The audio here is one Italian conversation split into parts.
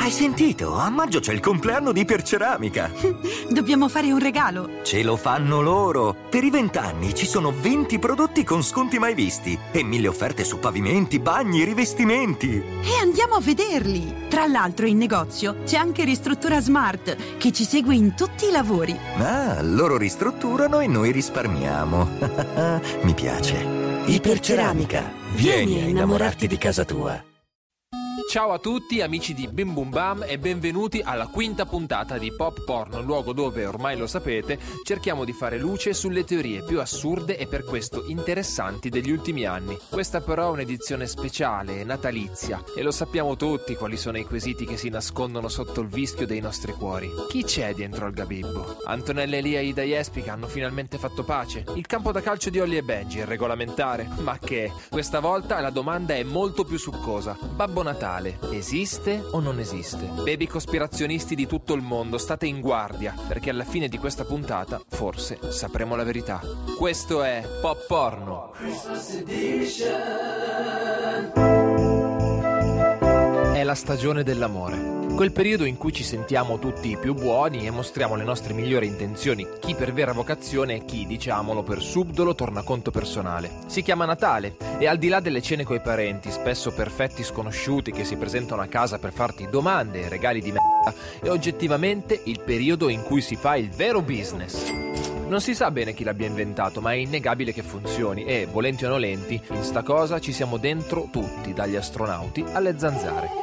Hai sentito? A maggio c'è il compleanno di Iperceramica. Dobbiamo fare un regalo. Ce lo fanno loro. Per i 20 anni ci sono 20 prodotti con sconti mai visti e 1000 offerte su pavimenti, bagni, rivestimenti. E andiamo a vederli. Tra l'altro in negozio c'è anche Ristruttura Smart che ci segue in tutti i lavori. Ah, loro ristrutturano e noi risparmiamo. Mi piace. Iperceramica. Vieni a innamorarti di casa tua. Ciao a tutti amici di Bim Bum Bam e benvenuti alla quinta puntata di Pop Porn, luogo dove, ormai lo sapete, cerchiamo di fare luce sulle teorie più assurde e per questo interessanti degli ultimi anni. Questa però è un'edizione speciale, natalizia, e lo sappiamo tutti quali sono i quesiti che si nascondono sotto il vischio dei nostri cuori. Chi c'è dietro al gabibbo? Antonella, Elia, Ida e Jespica hanno finalmente fatto pace? Il campo da calcio di Holly e Benji è regolamentare? Ma che? Questa volta la domanda è molto più succosa. Babbo Natale esiste o non esiste? Baby cospirazionisti di tutto il mondo, state in guardia, perché alla fine di questa puntata forse sapremo la verità. Questo è Pop Porno. È la stagione dell'amore. Quel periodo in cui ci sentiamo tutti più buoni e mostriamo le nostre migliori intenzioni, chi per vera vocazione e chi, diciamolo, per subdolo tornaconto personale. Si chiama Natale e al di là delle cene coi parenti, spesso perfetti sconosciuti che si presentano a casa per farti domande e regali di merda, è oggettivamente il periodo in cui si fa il vero business. Non si sa bene chi l'abbia inventato, ma è innegabile che funzioni e, volenti o nolenti, in sta cosa ci siamo dentro tutti, dagli astronauti alle zanzare.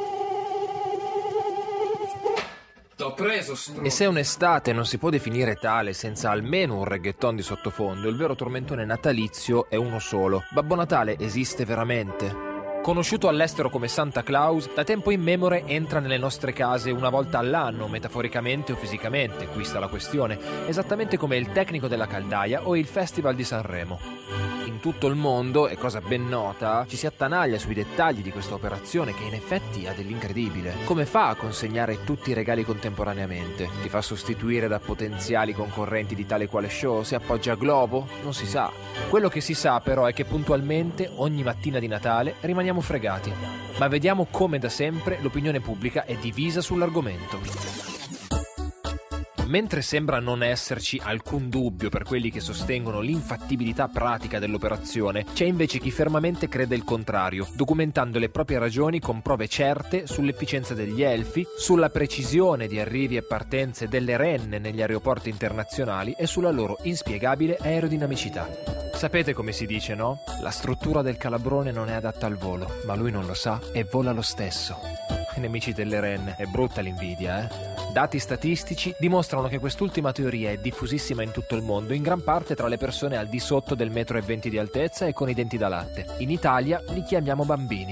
T'ho preso, e se un'estate non si può definire tale senza almeno un reggaeton di sottofondo, il vero tormentone natalizio è uno solo. Babbo Natale esiste veramente? Conosciuto all'estero come Santa Claus, da tempo immemore entra nelle nostre case una volta all'anno, metaforicamente o fisicamente, qui sta la questione, esattamente come il tecnico della caldaia o il Festival di Sanremo. In tutto il mondo, è cosa ben nota, ci si attanaglia sui dettagli di questa operazione che in effetti ha dell'incredibile. Come fa a consegnare tutti i regali contemporaneamente? Ti fa sostituire da potenziali concorrenti di tale quale show? Si appoggia a Globo? Non si sa. Quello che si sa però è che puntualmente ogni mattina di Natale rimaniamo fregati. Ma vediamo come da sempre l'opinione pubblica è divisa sull'argomento. Mentre sembra non esserci alcun dubbio per quelli che sostengono l'infattibilità pratica dell'operazione, c'è invece chi fermamente crede il contrario, documentando le proprie ragioni con prove certe sull'efficienza degli elfi, sulla precisione di arrivi e partenze delle renne negli aeroporti internazionali e sulla loro inspiegabile aerodinamicità. Sapete come si dice, no? La struttura del calabrone non è adatta al volo, ma lui non lo sa e vola lo stesso. Nemici delle renne, è brutta l'invidia, eh? Dati statistici dimostrano che quest'ultima teoria è diffusissima in tutto il mondo, in gran parte tra le persone al di sotto del 1,20 m di altezza e con i denti da latte. In Italia li chiamiamo bambini.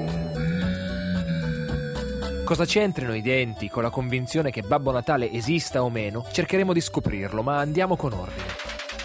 Cosa c'entrino i denti con la convinzione che Babbo Natale esista o meno? Cercheremo di scoprirlo, ma andiamo con ordine.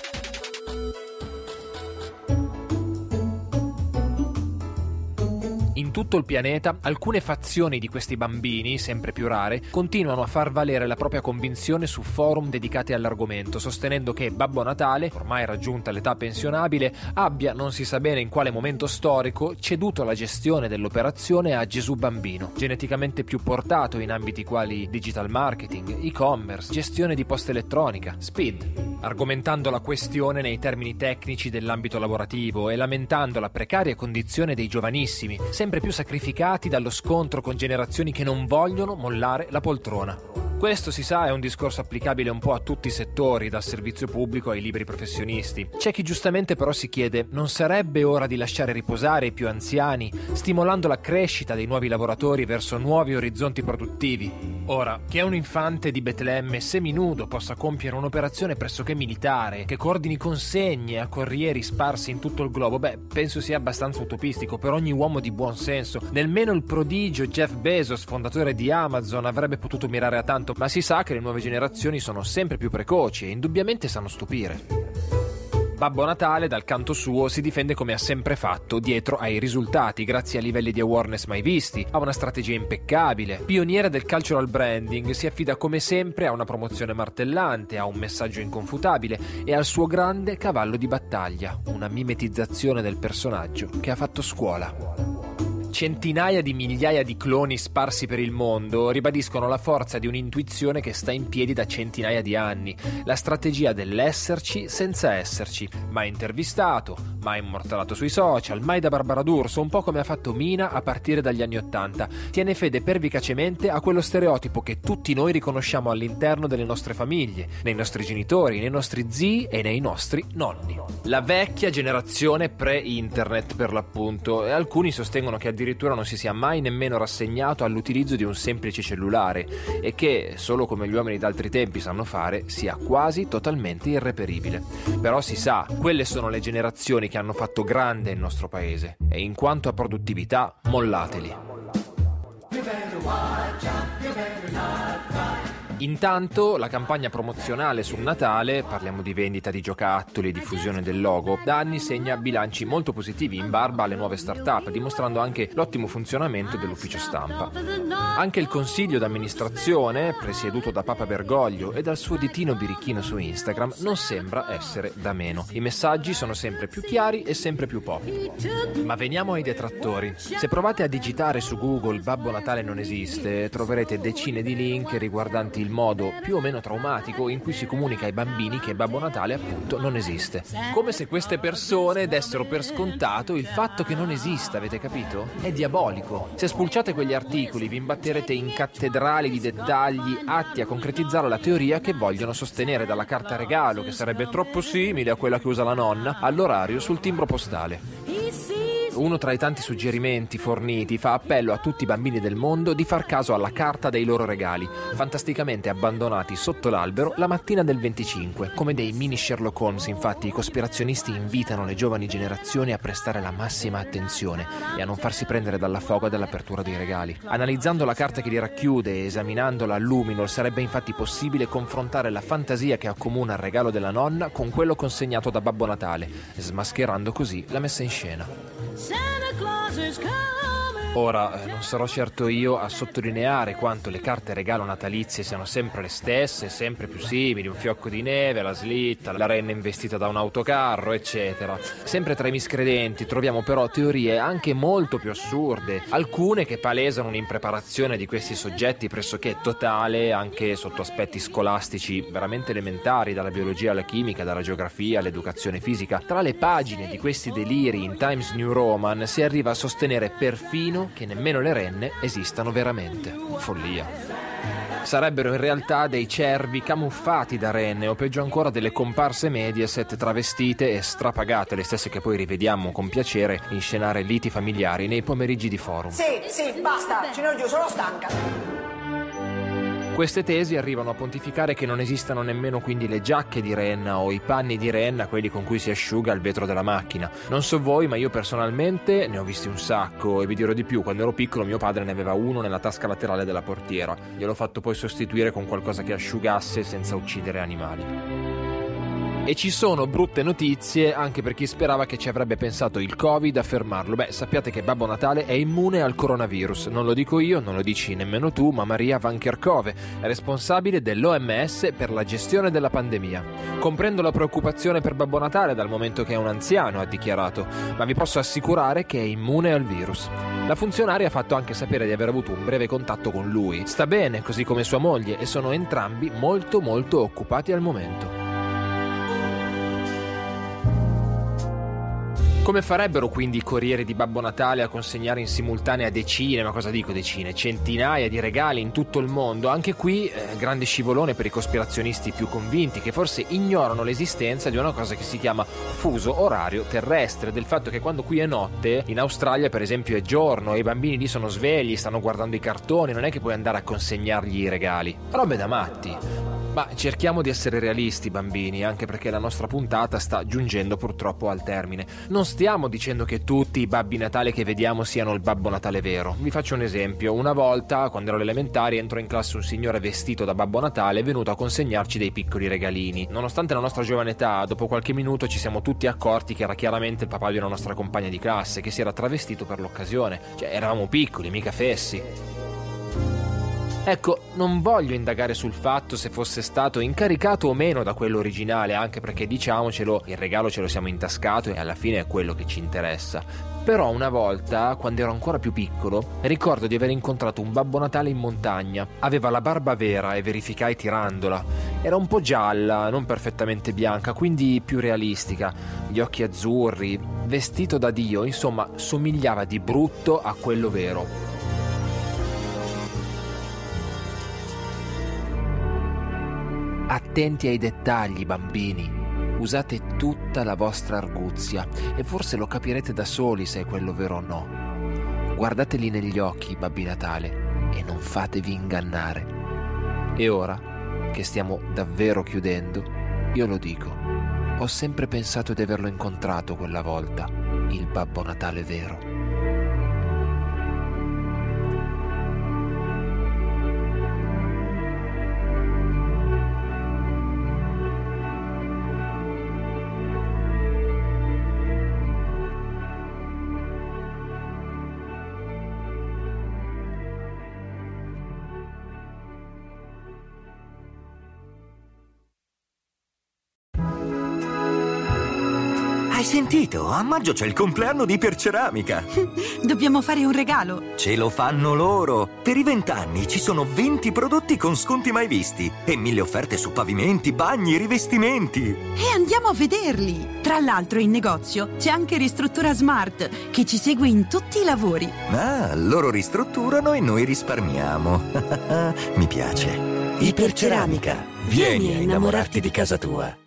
In tutto il pianeta, alcune fazioni di questi bambini, sempre più rare, continuano a far valere la propria convinzione su forum dedicati all'argomento, sostenendo che Babbo Natale, ormai raggiunta l'età pensionabile, abbia, non si sa bene in quale momento storico, ceduto la gestione dell'operazione a Gesù Bambino, geneticamente più portato in ambiti quali digital marketing, e-commerce, gestione di posta elettronica, speed, argomentando la questione nei termini tecnici dell'ambito lavorativo e lamentando la precaria condizione dei giovanissimi, sempre più sacrificati dallo scontro con generazioni che non vogliono mollare la poltrona. Questo, si sa, è un discorso applicabile un po' a tutti i settori, dal servizio pubblico ai liberi professionisti. C'è chi giustamente però si chiede: non sarebbe ora di lasciare riposare i più anziani, stimolando la crescita dei nuovi lavoratori verso nuovi orizzonti produttivi? Ora, che un infante di Betlemme seminudo possa compiere un'operazione pressoché militare, che coordini consegne a corrieri sparsi in tutto il globo, penso sia abbastanza utopistico per ogni uomo di buon senso. Nemmeno il prodigio Jeff Bezos, fondatore di Amazon, avrebbe potuto mirare a tanto, ma si sa che le nuove generazioni sono sempre più precoci e indubbiamente sanno stupire. Babbo Natale, dal canto suo, si difende come ha sempre fatto, dietro ai risultati, grazie a livelli di awareness mai visti, a una strategia impeccabile. Pioniere del cultural branding, si affida come sempre a una promozione martellante, a un messaggio inconfutabile e al suo grande cavallo di battaglia, una mimetizzazione del personaggio che ha fatto scuola. Centinaia di migliaia di cloni sparsi per il mondo ribadiscono la forza di un'intuizione che sta in piedi da centinaia di anni, la strategia dell'esserci senza esserci, mai intervistato, mai immortalato sui social, mai da Barbara D'Urso, un po' come ha fatto Mina a partire dagli anni '80. Tiene fede pervicacemente a quello stereotipo che tutti noi riconosciamo all'interno delle nostre famiglie, nei nostri genitori, nei nostri zii e nei nostri nonni. La vecchia generazione pre-internet, per l'appunto, e alcuni sostengono che addirittura non si sia mai nemmeno rassegnato all'utilizzo di un semplice cellulare e che, solo come gli uomini d'altri tempi sanno fare, sia quasi totalmente irreperibile. Però si sa, quelle sono le generazioni che hanno fatto grande il nostro paese e in quanto a produttività, mollateli. Intanto la campagna promozionale sul Natale, parliamo di vendita di giocattoli e diffusione del logo, da anni segna bilanci molto positivi in barba alle nuove start-up, dimostrando anche l'ottimo funzionamento dell'ufficio stampa. Anche il consiglio d'amministrazione, presieduto da Papa Bergoglio e dal suo ditino birichino su Instagram, non sembra essere da meno. I messaggi sono sempre più chiari e sempre più pop. Ma veniamo ai detrattori. Se provate a digitare su Google Babbo Natale non esiste, troverete decine di link riguardanti il modo più o meno traumatico in cui si comunica ai bambini che Babbo Natale appunto non esiste. Come se queste persone dessero per scontato il fatto che non esista, avete capito? È diabolico. Se spulciate quegli articoli vi imbatterete in cattedrali di dettagli atti a concretizzare la teoria che vogliono sostenere dalla carta regalo, che sarebbe troppo simile a quella che usa la nonna, all'orario sul timbro postale. Uno tra i tanti suggerimenti forniti fa appello a tutti i bambini del mondo di far caso alla carta dei loro regali, fantasticamente abbandonati sotto l'albero la mattina del 25. Come dei mini Sherlock Holmes, infatti, i cospirazionisti invitano le giovani generazioni a prestare la massima attenzione e a non farsi prendere dalla foga dell'apertura dei regali. Analizzando la carta che li racchiude e esaminandola a luminol, sarebbe infatti possibile confrontare la fantasia che accomuna il regalo della nonna con quello consegnato da Babbo Natale, smascherando così la messa in scena. Ora, non sarò certo io a sottolineare quanto le carte regalo natalizie siano sempre le stesse, sempre più simili, un fiocco di neve, la slitta, la renna investita da un autocarro, eccetera. Sempre tra i miscredenti troviamo però teorie anche molto più assurde, alcune che palesano un'impreparazione di questi soggetti pressoché totale, anche sotto aspetti scolastici veramente elementari, dalla biologia alla chimica, dalla geografia all'educazione fisica. Tra le pagine di questi deliri in Times New Roman si arriva a sostenere perfino che nemmeno le renne esistano veramente. Follia. Sarebbero in realtà dei cervi camuffati da renne, o peggio ancora delle comparse Mediaset travestite e strapagate, le stesse che poi rivediamo con piacere inscenare liti familiari nei pomeriggi di forum. Sì, basta, Cinoggiù, sono stanca. Queste tesi arrivano a pontificare che non esistano nemmeno quindi le giacche di renna o i panni di renna, quelli con cui si asciuga il vetro della macchina. Non so voi, ma io personalmente ne ho visti un sacco, e vi dirò di più: quando ero piccolo mio padre ne aveva uno nella tasca laterale della portiera. Gliel'ho fatto poi sostituire con qualcosa che asciugasse senza uccidere animali. E ci sono brutte notizie anche per chi sperava che ci avrebbe pensato il Covid a fermarlo. Sappiate che Babbo Natale è immune al coronavirus. Non lo dico io, non lo dici nemmeno tu, ma Maria Van Kerkhove, responsabile dell'OMS per la gestione della pandemia. Comprendo la preoccupazione per Babbo Natale dal momento che è un anziano, ha dichiarato, ma vi posso assicurare che è immune al virus. La funzionaria ha fatto anche sapere di aver avuto un breve contatto con lui. Sta bene, così come sua moglie, e sono entrambi molto occupati al momento. Come farebbero quindi i corrieri di Babbo Natale a consegnare in simultanea centinaia di regali in tutto il mondo? Anche qui grande scivolone per i cospirazionisti più convinti, che forse ignorano l'esistenza di una cosa che si chiama fuso orario terrestre, del fatto che quando qui è notte, in Australia per esempio è giorno e i bambini lì sono svegli, stanno guardando i cartoni, non è che puoi andare a consegnargli i regali. Robe da matti. Ma cerchiamo di essere realisti, bambini, anche perché la nostra puntata sta giungendo purtroppo al termine. Non stiamo dicendo che tutti i Babbi Natale che vediamo siano il Babbo Natale vero. Vi faccio un esempio. Una volta, quando ero alle elementari, entrò in classe un signore vestito da Babbo Natale e è venuto a consegnarci dei piccoli regalini. Nonostante la nostra giovane età, dopo qualche minuto ci siamo tutti accorti che era chiaramente il papà di una nostra compagna di classe, che si era travestito per l'occasione. Eravamo piccoli, mica fessi. Ecco, non voglio indagare sul fatto se fosse stato incaricato o meno da quello originale, anche perché, diciamocelo, il regalo ce lo siamo intascato e alla fine è quello che ci interessa. Però una volta, quando ero ancora più piccolo, ricordo di aver incontrato un Babbo Natale in montagna. Aveva la barba vera e verificai tirandola. Era un po' gialla, non perfettamente bianca, quindi più realistica. Gli occhi azzurri, vestito da Dio, insomma, somigliava di brutto a quello vero. Attenti ai dettagli, bambini. Usate tutta la vostra arguzia e forse lo capirete da soli se è quello vero o no. Guardateli negli occhi, Babbi Natale, e non fatevi ingannare. E ora, che stiamo davvero chiudendo, io lo dico. Ho sempre pensato di averlo incontrato quella volta, il Babbo Natale vero. Hai sentito? A maggio c'è il compleanno di Iperceramica. Dobbiamo fare un regalo. Ce lo fanno loro. Per i 20 anni ci sono 20 prodotti con sconti mai visti e 1000 offerte su pavimenti, bagni, rivestimenti. E andiamo a vederli. Tra l'altro in negozio c'è anche Ristruttura Smart che ci segue in tutti i lavori. Ah, loro ristrutturano e noi risparmiamo. Mi piace. Iperceramica. Vieni a innamorarti di casa tua.